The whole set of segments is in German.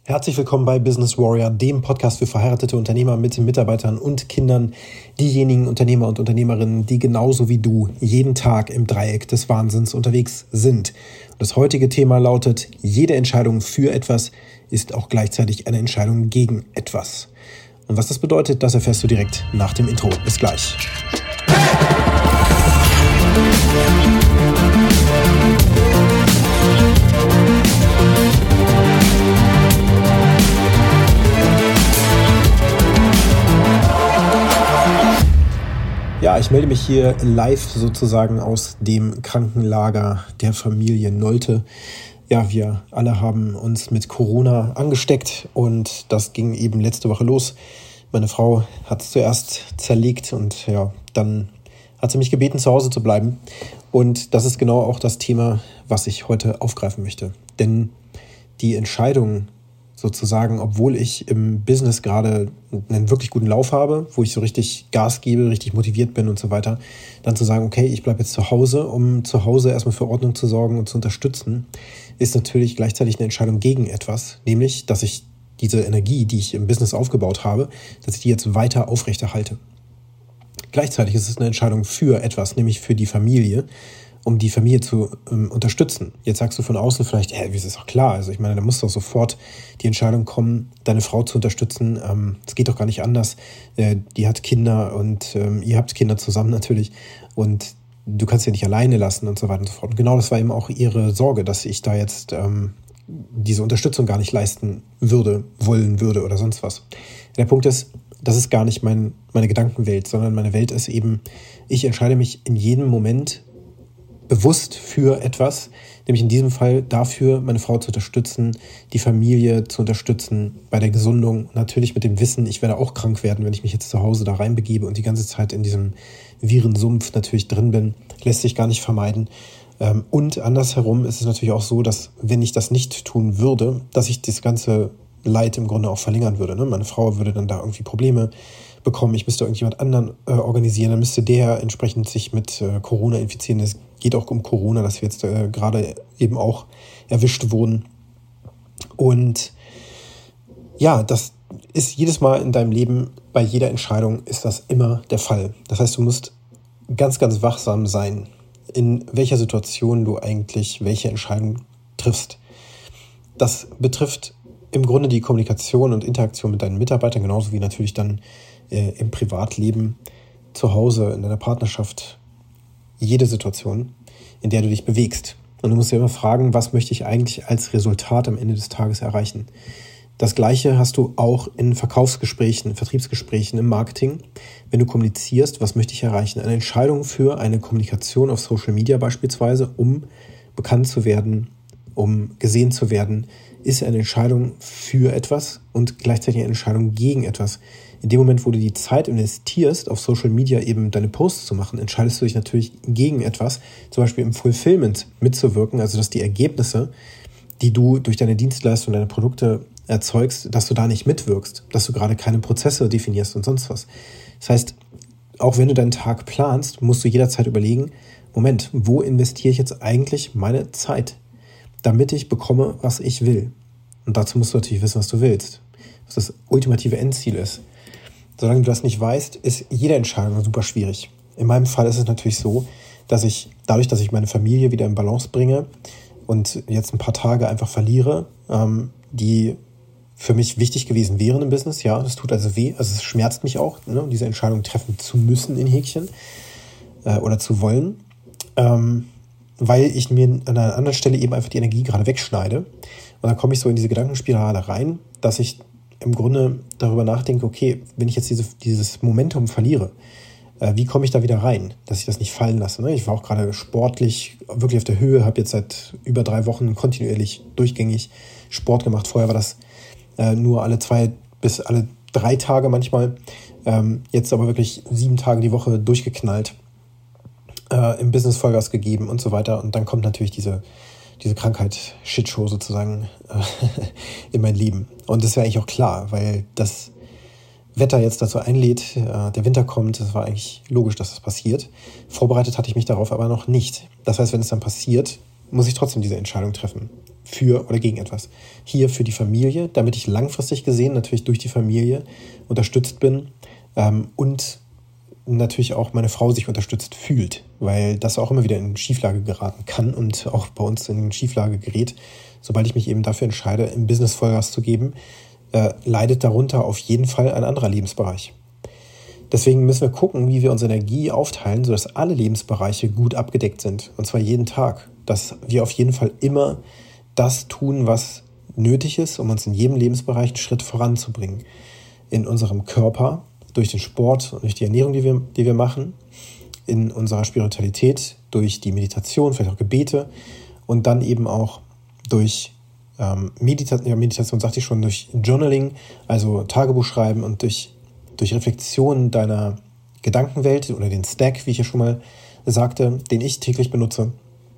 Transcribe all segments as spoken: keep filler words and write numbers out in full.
Herzlich willkommen bei Business Warrior, dem Podcast für verheiratete Unternehmer mit Mitarbeitern und Kindern. Diejenigen Unternehmer und Unternehmerinnen, die genauso wie du jeden Tag im Dreieck des Wahnsinns unterwegs sind. Und das heutige Thema lautet: Jede Entscheidung für etwas ist auch gleichzeitig eine Entscheidung gegen etwas. Und was das bedeutet, das erfährst du direkt nach dem Intro. Bis gleich. Ja, ich melde mich hier live sozusagen aus dem Krankenlager der Familie Nolte. Ja, wir alle haben uns mit Corona angesteckt und das ging eben letzte Woche los. Meine Frau hat es zuerst zerlegt und ja, dann hat sie mich gebeten, zu Hause zu bleiben. Und das ist genau auch das Thema, was ich heute aufgreifen möchte. Denn die Entscheidung sozusagen, obwohl ich im Business gerade einen wirklich guten Lauf habe, wo ich so richtig Gas gebe, richtig motiviert bin und so weiter, dann zu sagen, okay, ich bleibe jetzt zu Hause, um zu Hause erstmal für Ordnung zu sorgen und zu unterstützen, ist natürlich gleichzeitig eine Entscheidung gegen etwas, nämlich, dass ich diese Energie, die ich im Business aufgebaut habe, dass ich die jetzt weiter aufrechterhalte. Gleichzeitig ist es eine Entscheidung für etwas, nämlich für die Familie, um die Familie zu ähm, unterstützen. Jetzt sagst du von außen vielleicht, hä, wie ist das doch klar? Also ich meine, da muss doch sofort die Entscheidung kommen, deine Frau zu unterstützen. Es ähm, geht doch gar nicht anders. Äh, die hat Kinder und ähm, ihr habt Kinder zusammen natürlich und du kannst sie nicht alleine lassen und so weiter und so fort. Und genau das war eben auch ihre Sorge, dass ich da jetzt ähm, diese Unterstützung gar nicht leisten würde, wollen würde oder sonst was. Der Punkt ist, das ist gar nicht mein, meine Gedankenwelt, sondern meine Welt ist eben, ich entscheide mich in jedem Moment bewusst für etwas, nämlich in diesem Fall dafür, meine Frau zu unterstützen, die Familie zu unterstützen bei der Gesundung. Natürlich mit dem Wissen, ich werde auch krank werden, wenn ich mich jetzt zu Hause da reinbegebe und die ganze Zeit in diesem Virensumpf natürlich drin bin, lässt sich gar nicht vermeiden. Und andersherum ist es natürlich auch so, dass wenn ich das nicht tun würde, dass ich das ganze Leid im Grunde auch verlängern würde. Meine Frau würde dann da irgendwie Probleme bekommen, ich müsste irgendjemand anderen äh, organisieren, dann müsste der entsprechend sich mit äh, Corona infizieren. Es geht auch um Corona, dass wir jetzt äh, gerade eben auch erwischt wurden. Und ja, das ist jedes Mal in deinem Leben, bei jeder Entscheidung ist das immer der Fall. Das heißt, du musst ganz, ganz wachsam sein, in welcher Situation du eigentlich welche Entscheidung triffst. Das betrifft im Grunde die Kommunikation und Interaktion mit deinen Mitarbeitern, genauso wie natürlich dann äh, im Privatleben, zu Hause, in deiner Partnerschaft, jede Situation, in der du dich bewegst. Und du musst dir immer fragen, was möchte ich eigentlich als Resultat am Ende des Tages erreichen? Das Gleiche hast du auch in Verkaufsgesprächen, Vertriebsgesprächen, im Marketing. Wenn du kommunizierst, was möchte ich erreichen? Eine Entscheidung für eine Kommunikation auf Social Media beispielsweise, um bekannt zu werden, um gesehen zu werden, ist eine Entscheidung für etwas und gleichzeitig eine Entscheidung gegen etwas. In dem Moment, wo du die Zeit investierst, auf Social Media eben deine Posts zu machen, entscheidest du dich natürlich gegen etwas, zum Beispiel im Fulfillment mitzuwirken, also dass die Ergebnisse, die du durch deine Dienstleistung, deine Produkte erzeugst, dass du da nicht mitwirkst, dass du gerade keine Prozesse definierst und sonst was. Das heißt, auch wenn du deinen Tag planst, musst du jederzeit überlegen, Moment, wo investiere ich jetzt eigentlich meine Zeit, damit ich bekomme, was ich will. Und dazu musst du natürlich wissen, was du willst, was das ultimative Endziel ist. Solange du das nicht weißt, ist jede Entscheidung super schwierig. In meinem Fall ist es natürlich so, dass ich dadurch, dass ich meine Familie wieder in Balance bringe und jetzt ein paar Tage einfach verliere, ähm, die für mich wichtig gewesen wären im Business. Ja, das tut also weh, also es schmerzt mich auch, ne, diese Entscheidung treffen zu müssen in Häkchen äh, oder zu wollen, ähm, weil ich mir an einer anderen Stelle eben einfach die Energie gerade wegschneide. Und dann komme ich so in diese Gedankenspirale rein, dass ich im Grunde darüber nachdenke, okay, wenn ich jetzt diese, dieses Momentum verliere, äh, wie komme ich da wieder rein, dass ich das nicht fallen lasse? Ne? Ich war auch gerade sportlich wirklich auf der Höhe, habe jetzt seit über drei Wochen kontinuierlich durchgängig Sport gemacht. Vorher war das äh, nur alle zwei bis alle drei Tage manchmal. Ähm, jetzt aber wirklich sieben Tage die Woche durchgeknallt, äh, im Business Vollgas gegeben und so weiter. Und dann kommt natürlich diese diese Krankheit, Shitshow sozusagen äh, in mein Leben. Und das ist ja eigentlich auch klar, weil das Wetter jetzt dazu einlädt, äh, der Winter kommt, das war eigentlich logisch, dass das passiert. Vorbereitet hatte ich mich darauf aber noch nicht. Das heißt, wenn es dann passiert, muss ich trotzdem diese Entscheidung treffen. für oder gegen etwas. Hier für die Familie, damit ich langfristig gesehen natürlich durch die Familie unterstützt bin ähm, und natürlich auch meine Frau sich unterstützt fühlt, weil das auch immer wieder in Schieflage geraten kann und auch bei uns in Schieflage gerät. Sobald ich mich eben dafür entscheide, im Business Vollgas zu geben, äh, leidet darunter auf jeden Fall ein anderer Lebensbereich. Deswegen müssen wir gucken, wie wir unsere Energie aufteilen, sodass alle Lebensbereiche gut abgedeckt sind. Und zwar jeden Tag. Dass wir auf jeden Fall immer das tun, was nötig ist, um uns in jedem Lebensbereich einen Schritt voranzubringen. In unserem Körper, durch den Sport und durch die Ernährung, die wir, die wir machen, in unserer Spiritualität, durch die Meditation, vielleicht auch Gebete und dann eben auch durch ähm, Medita- ja, Meditation, sagte ich schon, durch Journaling, also Tagebuch schreiben und durch, durch Reflexion deiner Gedankenwelt oder den Stack, wie ich ja schon mal sagte, den ich täglich benutze.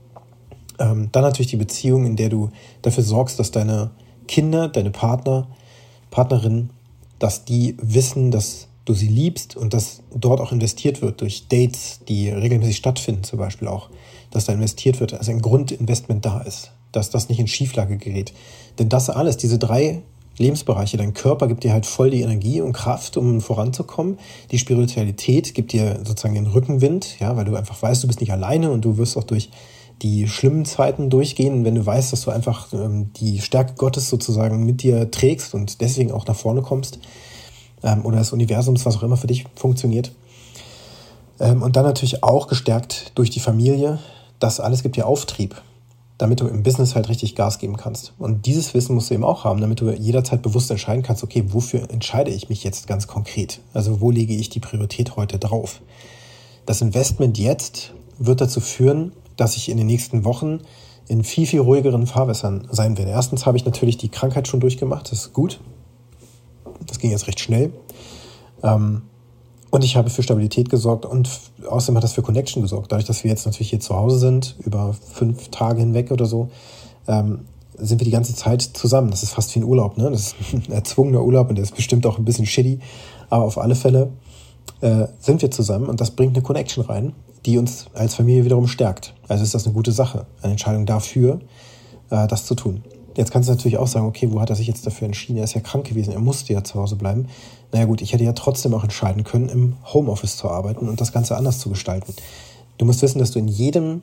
Ähm, dann natürlich die Beziehung, in der du dafür sorgst, dass deine Kinder, deine Partner, Partnerin, dass die wissen, dass du sie liebst und dass dort auch investiert wird durch Dates, die regelmäßig stattfinden zum Beispiel auch, dass da investiert wird, also ein Grundinvestment da ist, dass das nicht in Schieflage gerät. Denn das alles, diese drei Lebensbereiche, dein Körper gibt dir halt voll die Energie und Kraft, um voranzukommen. Die Spiritualität gibt dir sozusagen den Rückenwind, ja, weil du einfach weißt, du bist nicht alleine und du wirst auch durch die schlimmen Zeiten durchgehen, wenn du weißt, dass du einfach ähm, die Stärke Gottes sozusagen mit dir trägst und deswegen auch nach vorne kommst. Ähm, oder des Universums, was auch immer für dich funktioniert. Ähm, und dann natürlich auch gestärkt durch die Familie. Das alles gibt dir Auftrieb, damit du im Business halt richtig Gas geben kannst. Und dieses Wissen musst du eben auch haben, damit du jederzeit bewusst entscheiden kannst, okay, wofür entscheide ich mich jetzt ganz konkret? Also wo lege ich die Priorität heute drauf? Das Investment jetzt wird dazu führen, dass ich in den nächsten Wochen in viel, viel ruhigeren Fahrwässern sein werde. Erstens habe ich natürlich die Krankheit schon durchgemacht, das ist gut. Das ging jetzt recht schnell. Ähm, und ich habe für Stabilität gesorgt und außerdem hat das für Connection gesorgt. Dadurch, dass wir jetzt natürlich hier zu Hause sind, über fünf Tage hinweg oder so, ähm, sind wir die ganze Zeit zusammen. Das ist fast wie ein Urlaub, ne? Das ist ein erzwungener Urlaub und der ist bestimmt auch ein bisschen shitty. Aber auf alle Fälle äh, sind wir zusammen und das bringt eine Connection rein, die uns als Familie wiederum stärkt. Also ist das eine gute Sache, eine Entscheidung dafür, äh, das zu tun. Jetzt kannst du natürlich auch sagen, okay, wo hat er sich jetzt dafür entschieden? Er ist ja krank gewesen, er musste ja zu Hause bleiben. Naja gut, ich hätte ja trotzdem auch entscheiden können, im Homeoffice zu arbeiten und das Ganze anders zu gestalten. Du musst wissen, dass du in jedem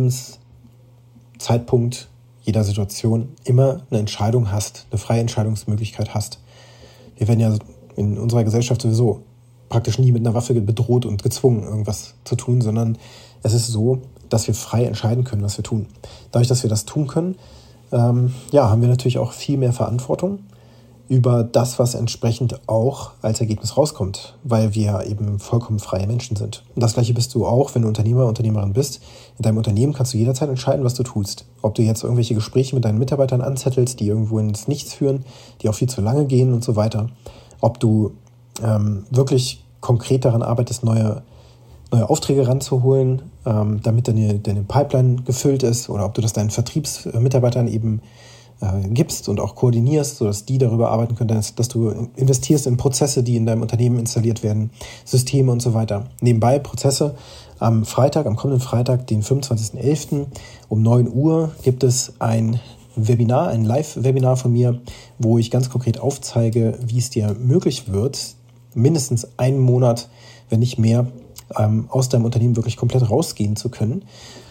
Lebenszeitpunkt, jeder Situation immer eine Entscheidung hast, eine freie Entscheidungsmöglichkeit hast. Wir werden ja in unserer Gesellschaft sowieso praktisch nie mit einer Waffe bedroht und gezwungen, irgendwas zu tun, sondern es ist so, dass wir frei entscheiden können, was wir tun. Dadurch, dass wir das tun können, ähm, ja, haben wir natürlich auch viel mehr Verantwortung über das, was entsprechend auch als Ergebnis rauskommt, weil wir eben vollkommen freie Menschen sind. Und das Gleiche bist du auch, wenn du Unternehmer, Unternehmerin bist. In deinem Unternehmen kannst du jederzeit entscheiden, was du tust. Ob du jetzt irgendwelche Gespräche mit deinen Mitarbeitern anzettelst, die irgendwo ins Nichts führen, die auch viel zu lange gehen und so weiter. Ob du ähm, wirklich konkret daran arbeitest, neue, neue Aufträge ranzuholen, ähm, damit deine, deine Pipeline gefüllt ist, oder ob du das deinen Vertriebsmitarbeitern eben äh, gibst und auch koordinierst, sodass die darüber arbeiten können, dass, dass du investierst in Prozesse, die in deinem Unternehmen installiert werden, Systeme und so weiter. Nebenbei Prozesse. Am Freitag, am kommenden Freitag, den fünfundzwanzigsten elften um neun Uhr gibt es ein Webinar, ein Live-Webinar von mir, wo ich ganz konkret aufzeige, wie es dir möglich wird, mindestens einen Monat, wenn nicht mehr, ähm, aus deinem Unternehmen wirklich komplett rausgehen zu können,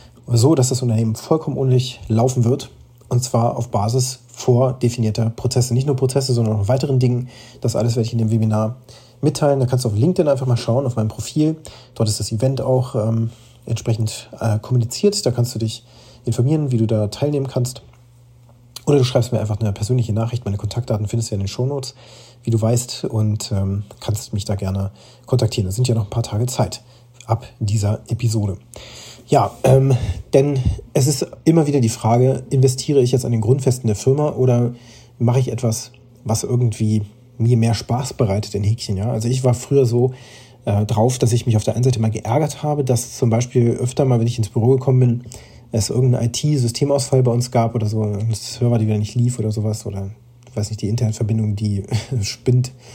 so dass das Unternehmen vollkommen ordentlich laufen wird, und zwar auf Basis vordefinierter Prozesse. Nicht nur Prozesse, sondern auch weiteren Dingen. Das alles werde ich in dem Webinar mitteilen. Da kannst du auf LinkedIn einfach mal schauen, auf meinem Profil. Dort ist das Event auch ähm, entsprechend äh, kommuniziert. Da kannst du dich informieren, wie du da teilnehmen kannst. Oder du schreibst mir einfach eine persönliche Nachricht. Meine Kontaktdaten findest du ja in den Shownotes, wie du weißt, und ähm, kannst mich da gerne kontaktieren. Es sind ja noch ein paar Tage Zeit ab dieser Episode. Ja, ähm, denn es ist immer wieder die Frage, investiere ich jetzt an den Grundfesten der Firma oder mache ich etwas, was irgendwie mir mehr Spaß bereitet, in Häkchen. Ja? Also ich war früher so äh, drauf, dass ich mich auf der einen Seite mal geärgert habe, dass zum Beispiel öfter mal, wenn ich ins Büro gekommen bin, es irgendeinen I T-Systemausfall bei uns gab oder so, ein Server, die wieder nicht lief oder sowas, oder ich weiß nicht, die Internetverbindung, die spinnt.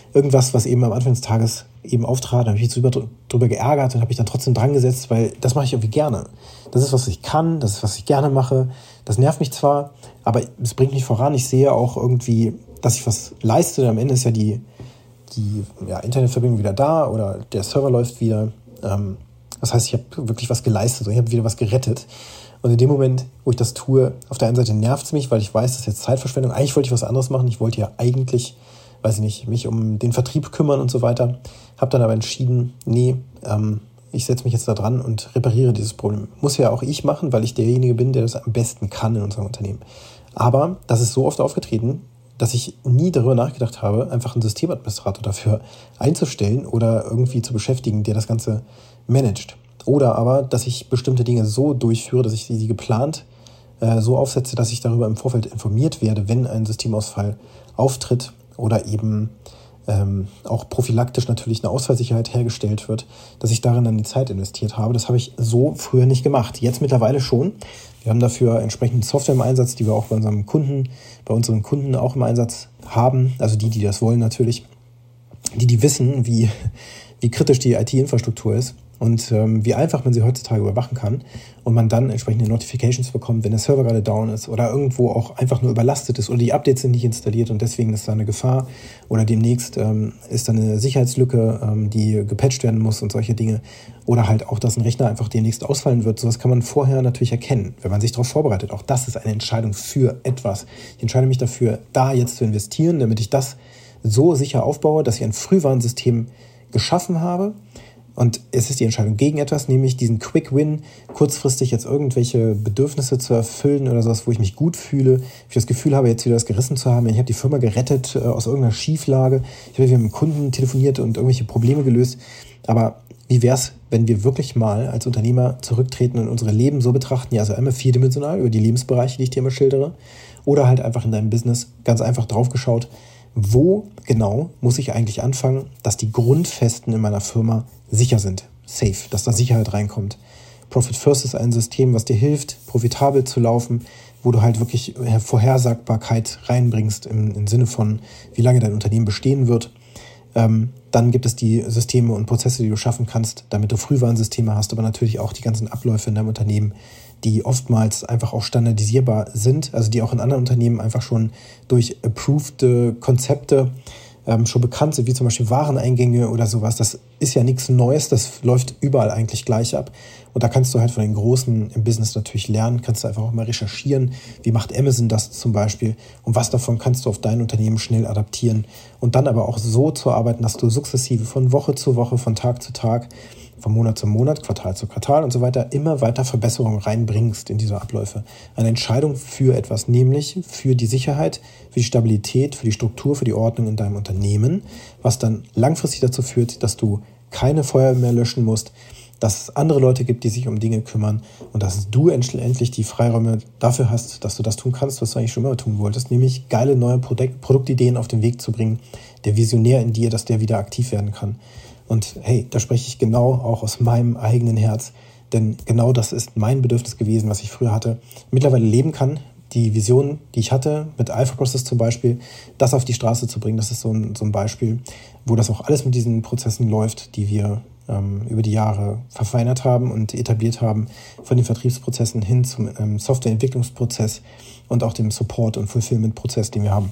irgendwas, was eben am Anfang des Tages eben auftrat, da habe ich mich drüber, drüber geärgert und habe mich dann trotzdem dran gesetzt, weil das mache ich irgendwie gerne. Das ist, was ich kann, das ist, was ich gerne mache. Das nervt mich zwar, aber es bringt mich voran. Ich sehe auch irgendwie, dass ich was leiste. Am Ende ist ja die, die ja, Internetverbindung wieder da oder der Server läuft wieder. Ähm, das heißt, ich habe wirklich was geleistet und ich habe wieder was gerettet. Und in dem Moment, wo ich das tue, auf der einen Seite nervt es mich, weil ich weiß, das ist jetzt Zeitverschwendung. Eigentlich wollte ich was anderes machen. Ich wollte ja eigentlich, weiß ich nicht, mich um den Vertrieb kümmern und so weiter. Habe dann aber entschieden, nee, ähm, ich setze mich jetzt da dran und repariere dieses Problem. Muss ja auch ich machen, weil ich derjenige bin, der das am besten kann in unserem Unternehmen. Aber das ist so oft aufgetreten, dass ich nie darüber nachgedacht habe, einfach einen Systemadministrator dafür einzustellen oder irgendwie zu beschäftigen, der das Ganze managt. Oder aber, dass ich bestimmte Dinge so durchführe, dass ich sie geplant äh, so aufsetze, dass ich darüber im Vorfeld informiert werde, wenn ein Systemausfall auftritt oder eben ähm, auch prophylaktisch natürlich eine Ausfallsicherheit hergestellt wird, dass ich darin dann die Zeit investiert habe. Das habe ich so früher nicht gemacht. Jetzt mittlerweile schon. Wir haben dafür entsprechend Software im Einsatz, die wir auch bei unserem Kunden, bei unseren Kunden auch im Einsatz haben. Also die, die das wollen natürlich. Die, die wissen, wie, wie kritisch die I T-Infrastruktur ist. Und ähm, wie einfach man sie heutzutage überwachen kann und man dann entsprechende Notifications bekommt, wenn der Server gerade down ist oder irgendwo auch einfach nur überlastet ist oder die Updates sind nicht installiert und deswegen ist da eine Gefahr oder demnächst ähm, ist da eine Sicherheitslücke, ähm, die gepatcht werden muss und solche Dinge. Oder halt auch, dass ein Rechner einfach demnächst ausfallen wird. Sowas kann man vorher natürlich erkennen, wenn man sich darauf vorbereitet. Auch das ist eine Entscheidung für etwas. Ich entscheide mich dafür, da jetzt zu investieren, damit ich das so sicher aufbaue, dass ich ein Frühwarnsystem geschaffen habe. Und es ist die Entscheidung gegen etwas, nämlich diesen Quick Win, kurzfristig jetzt irgendwelche Bedürfnisse zu erfüllen oder sowas, wo ich mich gut fühle, wo ich das Gefühl habe, jetzt wieder das gerissen zu haben. Ich habe die Firma gerettet äh, aus irgendeiner Schieflage. Ich habe wieder mit dem Kunden telefoniert und irgendwelche Probleme gelöst. Aber wie wäre es, wenn wir wirklich mal als Unternehmer zurücktreten und unsere Leben so betrachten, ja, also einmal vierdimensional über die Lebensbereiche, die ich dir immer schildere, oder halt einfach in deinem Business ganz einfach draufgeschaut, wo genau muss ich eigentlich anfangen, dass die Grundfesten in meiner Firma sicher sind, safe, dass da Sicherheit reinkommt. Profit First ist ein System, was dir hilft, profitabel zu laufen, wo du halt wirklich Vorhersagbarkeit reinbringst im, im Sinne von, wie lange dein Unternehmen bestehen wird. Ähm, dann gibt es die Systeme und Prozesse, die du schaffen kannst, damit du Frühwarnsysteme hast, aber natürlich auch die ganzen Abläufe in deinem Unternehmen, die oftmals einfach auch standardisierbar sind, also die auch in anderen Unternehmen einfach schon durch approved Konzepte ähm, schon bekannt sind, wie zum Beispiel Wareneingänge oder sowas. Das ist ja nichts Neues, das läuft überall eigentlich gleich ab. Und da kannst du halt von den Großen im Business natürlich lernen, kannst du einfach auch mal recherchieren, wie macht Amazon das zum Beispiel und was davon kannst du auf dein Unternehmen schnell adaptieren und dann aber auch so zu arbeiten, dass du sukzessive von Woche zu Woche, von Tag zu Tag, von Monat zu Monat, Quartal zu Quartal und so weiter immer weiter Verbesserungen reinbringst in diese Abläufe. Eine Entscheidung für etwas, nämlich für die Sicherheit, für die Stabilität, für die Struktur, für die Ordnung in deinem Unternehmen, was dann langfristig dazu führt, dass du keine Feuer mehr löschen musst, dass es andere Leute gibt, die sich um Dinge kümmern und dass du endlich die Freiräume dafür hast, dass du das tun kannst, was du eigentlich schon immer tun wolltest, nämlich geile neue Produkt- Produktideen auf den Weg zu bringen, der Visionär in dir, dass der wieder aktiv werden kann. Und hey, da spreche ich genau auch aus meinem eigenen Herz, denn genau das ist mein Bedürfnis gewesen, was ich früher hatte, mittlerweile leben kann. Die Vision, die ich hatte, mit Alpha Process zum Beispiel, das auf die Straße zu bringen, das ist so ein, so ein Beispiel, wo das auch alles mit diesen Prozessen läuft, die wir ähm, über die Jahre verfeinert haben und etabliert haben, von den Vertriebsprozessen hin zum ähm, Softwareentwicklungsprozess und auch dem Support- und Fulfillment-Prozess, den wir haben.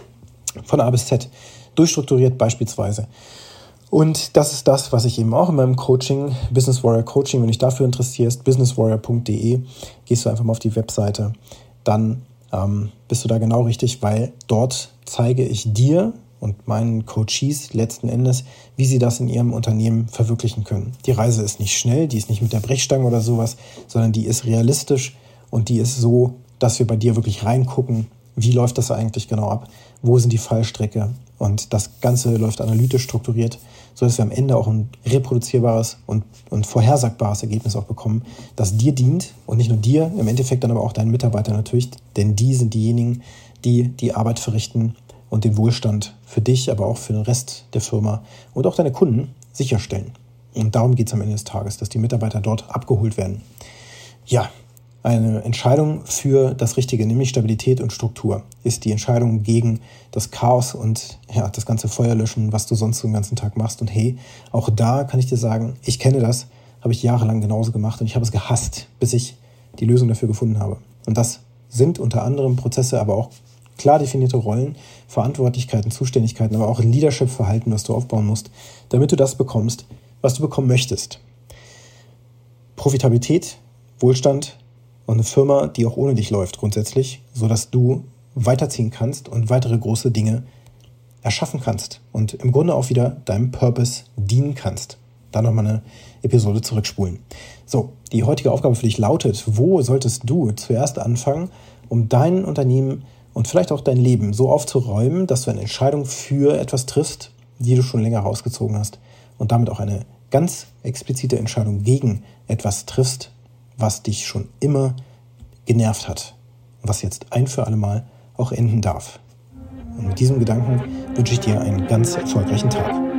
Von A bis Z, durchstrukturiert beispielsweise. Und das ist das, was ich eben auch in meinem Coaching, Business Warrior Coaching, wenn du dich dafür interessierst, business warrior punkt de, gehst du einfach mal auf die Webseite, dann ähm, bist du da genau richtig, weil dort zeige ich dir und meinen Coaches letzten Endes, wie sie das in ihrem Unternehmen verwirklichen können. Die Reise ist nicht schnell, die ist nicht mit der Brechstange oder sowas, sondern die ist realistisch und die ist so, dass wir bei dir wirklich reingucken, wie läuft das eigentlich genau ab, wo sind die Fallstricke und das Ganze läuft analytisch strukturiert, sodass wir am Ende auch ein reproduzierbares und, und vorhersagbares Ergebnis auch bekommen, das dir dient und nicht nur dir, im Endeffekt dann aber auch deinen Mitarbeitern natürlich, denn die sind diejenigen, die die Arbeit verrichten und den Wohlstand für dich, aber auch für den Rest der Firma und auch deine Kunden sicherstellen. Und darum geht es am Ende des Tages, dass die Mitarbeiter dort abgeholt werden. Ja, Eine Entscheidung für das Richtige, nämlich Stabilität und Struktur, ist die Entscheidung gegen das Chaos und ja, das ganze Feuer löschen, was du sonst so den ganzen Tag machst. Und hey, auch da kann ich dir sagen, ich kenne das, habe ich jahrelang genauso gemacht und ich habe es gehasst, bis ich die Lösung dafür gefunden habe. Und das sind unter anderem Prozesse, aber auch klar definierte Rollen, Verantwortlichkeiten, Zuständigkeiten, aber auch Leadership-Verhalten, was du aufbauen musst, damit du das bekommst, was du bekommen möchtest. Profitabilität, Wohlstand und eine Firma, die auch ohne dich läuft grundsätzlich, sodass du weiterziehen kannst und weitere große Dinge erschaffen kannst und im Grunde auch wieder deinem Purpose dienen kannst. Da nochmal eine Episode zurückspulen. So, die heutige Aufgabe für dich lautet: Wo solltest du zuerst anfangen, um dein Unternehmen und vielleicht auch dein Leben so aufzuräumen, dass du eine Entscheidung für etwas triffst, die du schon länger rausgezogen hast und damit auch eine ganz explizite Entscheidung gegen etwas triffst, was dich schon immer genervt hat und was jetzt ein für alle Mal auch enden darf. Und mit diesem Gedanken wünsche ich dir einen ganz erfolgreichen Tag.